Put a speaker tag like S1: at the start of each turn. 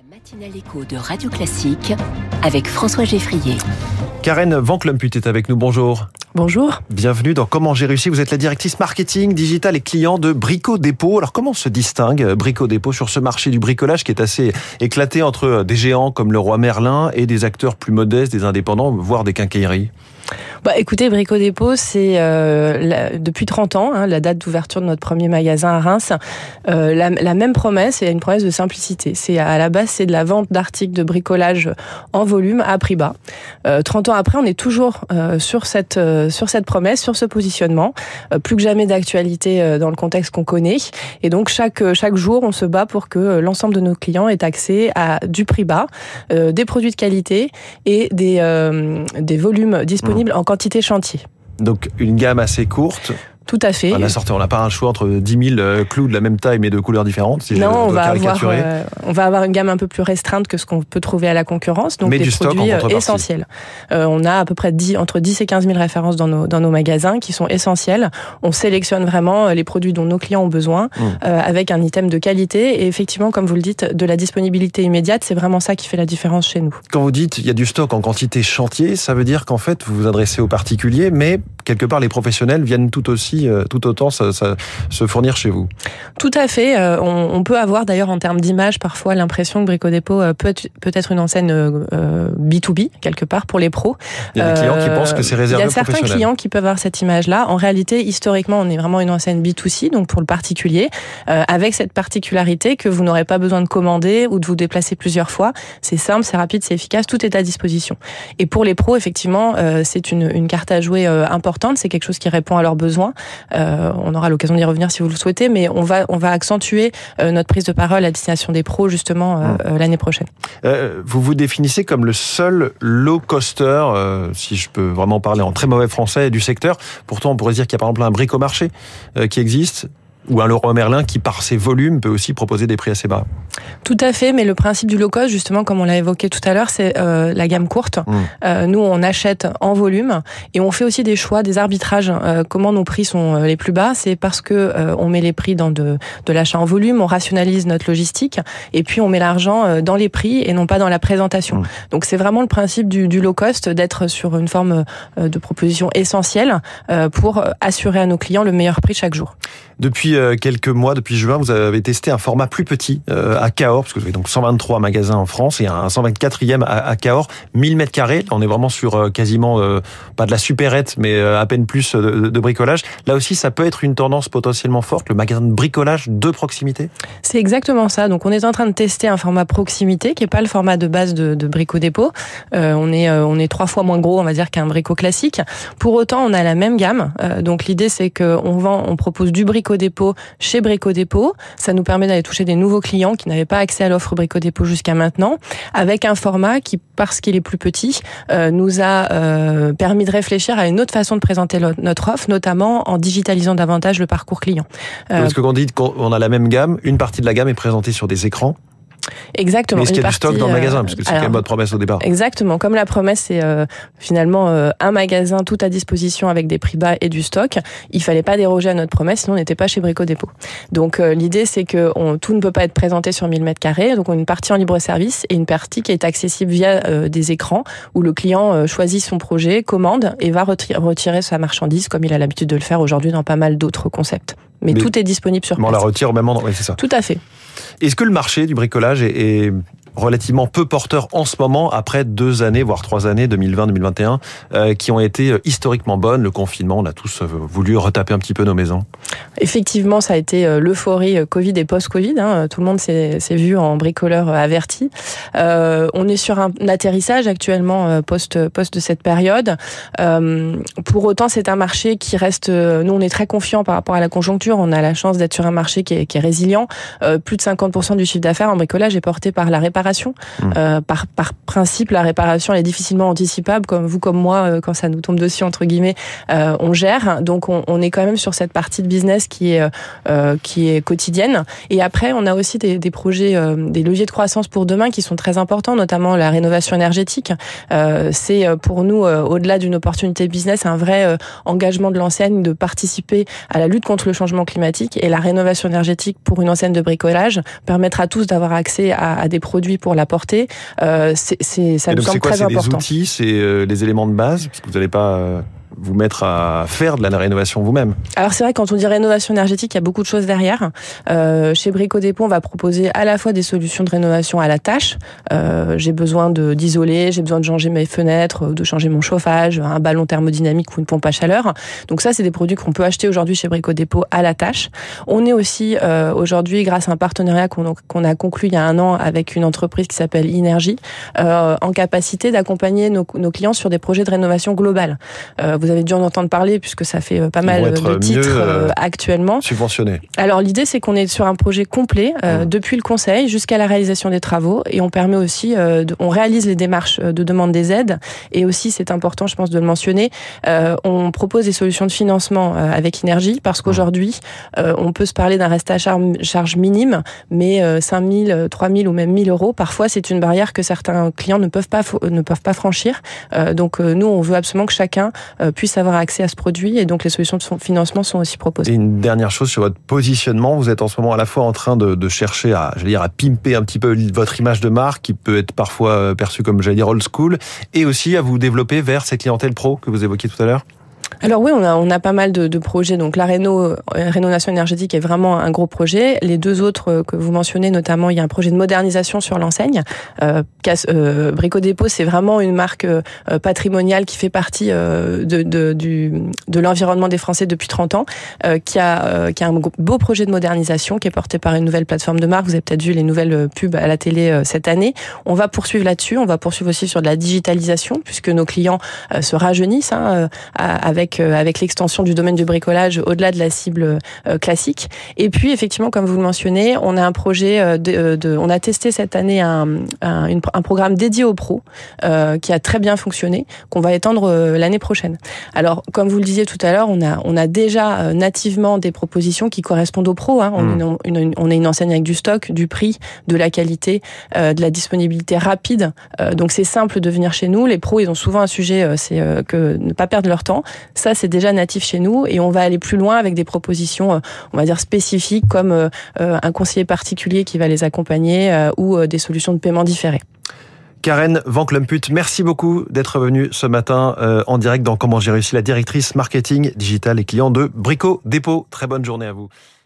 S1: Matinale écho de Radio Classique avec François Geffrier.
S2: Karen Van Klumput est avec nous, bonjour.
S3: Bonjour.
S2: Bienvenue dans Comment j'ai réussi. Vous êtes la directrice marketing, digital et client de Brico Dépôt. Alors comment se distingue Brico Dépôt sur ce marché du bricolage qui est assez éclaté entre des géants comme Leroy Merlin et des acteurs plus modestes, des indépendants, voire des quincailleries?
S3: Écoutez, Brico Dépôt, c'est depuis 30 ans, la date d'ouverture de notre premier magasin à Reims, la même promesse, et une promesse de simplicité. À la base, c'est de la vente d'articles de bricolage en volume à prix bas. 30 ans après, on est toujours sur cette promesse, sur ce positionnement, plus que jamais d'actualité dans le contexte qu'on connaît. Et donc, chaque jour, on se bat pour que l'ensemble de nos clients aient accès à du prix bas, des produits de qualité et des volumes disponibles en quantité chantier.
S2: Donc une gamme assez courte.
S3: Tout à fait.
S2: On n'a pas un choix entre 10 000 clous de la même taille mais de couleurs différentes. Si
S3: non, on va avoir une gamme un peu plus restreinte que ce qu'on peut trouver à la concurrence. Donc
S2: mais
S3: des produits essentiels. On a à peu près entre 10 et 15 000 références dans nos magasins qui sont essentiels. On sélectionne vraiment les produits dont nos clients ont besoin avec un item de qualité. Et effectivement, comme vous le dites, de la disponibilité immédiate, c'est vraiment ça qui fait la différence chez nous.
S2: Quand vous dites il y a du stock en quantité chantier, ça veut dire qu'en fait vous vous adressez aux particuliers, mais quelque part les professionnels viennent tout autant se fournir chez vous.
S3: Tout à fait. On peut avoir d'ailleurs en termes d'image parfois l'impression que Brico Dépôt peut être une enseigne B2B quelque part pour les pros.
S2: Il y a des clients qui pensent que c'est réservé aux professionnels.
S3: Il y a certains clients qui peuvent avoir cette image-là. En réalité, historiquement, on est vraiment une enseigne B2C, donc pour le particulier, avec cette particularité que vous n'aurez pas besoin de commander ou de vous déplacer plusieurs fois. C'est simple, c'est rapide, c'est efficace, tout est à disposition. Et pour les pros, effectivement, c'est une carte à jouer importante. C'est quelque chose qui répond à leurs besoins. On aura l'occasion d'y revenir si vous le souhaitez, mais on va accentuer notre prise de parole à destination des pros justement l'année prochaine.
S2: Vous vous définissez comme le seul low-coster, si je peux vraiment parler en très mauvais français, du secteur. Pourtant, on pourrait dire qu'il y a par exemple un Bricomarché qui existe, ou un Leroy Merlin qui, par ses volumes, peut aussi proposer des prix assez bas.
S3: Tout à fait, mais le principe du low cost, justement, comme on l'a évoqué tout à l'heure, c'est la gamme courte. Nous, on achète en volume et on fait aussi des choix, des arbitrages. Comment nos prix sont les plus bas, c'est parce que on met les prix dans de l'achat en volume, on rationalise notre logistique et puis on met l'argent dans les prix et non pas dans la présentation. Donc c'est vraiment le principe du low cost, d'être sur une forme de proposition essentielle pour assurer à nos clients le meilleur prix chaque jour.
S2: Depuis quelques mois, depuis juin, vous avez testé un format plus petit à Cahors, parce que vous avez donc 123 magasins en France et un 124e à Cahors, 1000 mètres carrés. On est vraiment sur quasiment, pas de la supérette, mais à peine plus de bricolage. Là aussi, ça peut être une tendance potentiellement forte, le magasin de bricolage de proximité?
S3: C'est exactement ça. Donc on est en train de tester un format proximité, qui n'est pas le format de base de Brico Dépôt. On est 3 fois moins gros, on va dire, qu'un brico classique. Pour autant, on a la même gamme. Donc l'idée, c'est qu'on propose du Brico Dépôt chez Brico Dépôt. Ça nous permet d'aller toucher des nouveaux clients qui n'avaient pas accès à l'offre Brico Dépôt jusqu'à maintenant, avec un format qui, parce qu'il est plus petit, nous a permis de réfléchir à une autre façon de présenter notre offre, notamment en digitalisant davantage le parcours client.
S2: Parce que quand on dit qu'on a la même gamme, une partie de la gamme est présentée sur des écrans.
S3: Exactement.
S2: Mais est-ce qu'il y a du stock dans le magasin? Parce que c'est quand même votre promesse au départ.
S3: Exactement. Comme la promesse, c'est finalement un magasin tout à disposition avec des prix bas et du stock. Il fallait pas déroger à notre promesse, sinon on n'était pas chez Brico Dépôt. Donc l'idée, c'est que tout ne peut pas être présenté sur 1000 mètres carrés. Donc on a une partie en libre service et une partie qui est accessible via des écrans où le client choisit son projet, commande et va retirer sa marchandise comme il a l'habitude de le faire aujourd'hui dans pas mal d'autres concepts. Mais tout est disponible sur place.
S2: On la retire au même endroit, oui, c'est ça.
S3: Tout à fait.
S2: Est-ce que le marché du bricolage est relativement peu porteur en ce moment, après 2 années, voire 3 années, 2020-2021, qui ont été historiquement bonnes? Le confinement, on a tous voulu retaper un petit peu nos maisons.
S3: Effectivement, ça a été l'euphorie Covid et post-Covid. Tout le monde s'est vu en bricoleur averti. On est sur un atterrissage actuellement post de cette période. Pour autant, c'est un marché qui reste... nous, on est très confiants par rapport à la conjoncture. On a la chance d'être sur un marché qui est résilient. Plus de 50% du chiffre d'affaires en bricolage est porté par la réparation. Par principe, la réparation elle est difficilement anticipable, comme vous, comme moi, quand ça nous tombe dessus, entre guillemets, on gère. Donc on est quand même sur cette partie de business qui est quotidienne. Et après, on a aussi des projets, des leviers de croissance pour demain qui sont très importants, notamment la rénovation énergétique. C'est pour nous, au-delà d'une opportunité business, un vrai engagement de l'enseigne de participer à la lutte contre le changement climatique. Et la rénovation énergétique pour une enseigne de bricolage permettra à tous d'avoir accès à des produits produit pour l'apporter. Ça nous semble très important.
S2: C'est des outils, c'est les éléments de base, parce que vous n'allez pas vous mettre à faire de la rénovation vous-même.
S3: Alors c'est vrai, quand on dit rénovation énergétique, il y a beaucoup de choses derrière. Chez Brico Dépôt, on va proposer à la fois des solutions de rénovation à la tâche. J'ai besoin d'isoler, j'ai besoin de changer mes fenêtres, de changer mon chauffage, un ballon thermodynamique ou une pompe à chaleur. Donc ça, c'est des produits qu'on peut acheter aujourd'hui chez Brico Dépôt à la tâche. On est aussi aujourd'hui, grâce à un partenariat qu'on a conclu il y a 1 an avec une entreprise qui s'appelle Inergie, en capacité d'accompagner nos clients sur des projets de rénovation globale. Vous avez dû en entendre parler puisque ça fait pas mal de titres actuellement.
S2: Subventionnés.
S3: Alors l'idée, c'est qu'on est sur un projet complet depuis le conseil jusqu'à la réalisation des travaux, et on permet aussi, on réalise les démarches de demande des aides, et aussi c'est important, je pense, de le mentionner, on propose des solutions de financement avec Inergie, parce qu'aujourd'hui on peut se parler d'un reste à charge minime, mais 5 000, 3 000 ou même 1 000 euros, parfois c'est une barrière que certains clients ne peuvent pas franchir. Donc nous, on veut absolument que chacun puisse avoir accès à ce produit, et donc les solutions de financement sont aussi proposées.
S2: Et une dernière chose sur votre positionnement, vous êtes en ce moment à la fois en train de chercher à pimper un petit peu votre image de marque, qui peut être parfois perçue comme, old school, et aussi à vous développer vers cette clientèle pro que vous évoquiez tout à l'heure.
S3: Alors oui, on a pas mal de projets. Donc la rénovation énergétique est vraiment un gros projet. Les 2 autres que vous mentionnez, notamment, il y a un projet de modernisation sur l'enseigne. Brico Dépôt, c'est vraiment une marque patrimoniale qui fait partie de l'environnement des Français depuis 30 ans, qui a un beau projet de modernisation qui est porté par une nouvelle plateforme de marque. Vous avez peut-être vu les nouvelles pubs à la télé cette année. On va poursuivre là-dessus. On va poursuivre aussi sur de la digitalisation, puisque nos clients se rajeunissent avec l'extension du domaine du bricolage au-delà de la cible classique. Et puis, effectivement, comme vous le mentionnez, on a un projet on a testé cette année un programme dédié aux pros qui a très bien fonctionné, qu'on va étendre l'année prochaine. Alors, comme vous le disiez tout à l'heure, on a déjà nativement des propositions qui correspondent aux pros. On est une enseigne avec du stock, du prix, de la qualité, de la disponibilité rapide. Donc, c'est simple de venir chez nous. Les pros, ils ont souvent un sujet, c'est que ne pas perdre leur temps. Ça, c'est déjà natif chez nous, et on va aller plus loin avec des propositions, on va dire, spécifiques, comme un conseiller particulier qui va les accompagner ou des solutions de paiement différé.
S2: Karen Van Klumput, merci beaucoup d'être venue ce matin en direct dans Comment j'ai réussi, la directrice marketing digital et client de Brico Dépôt. Très bonne journée à vous.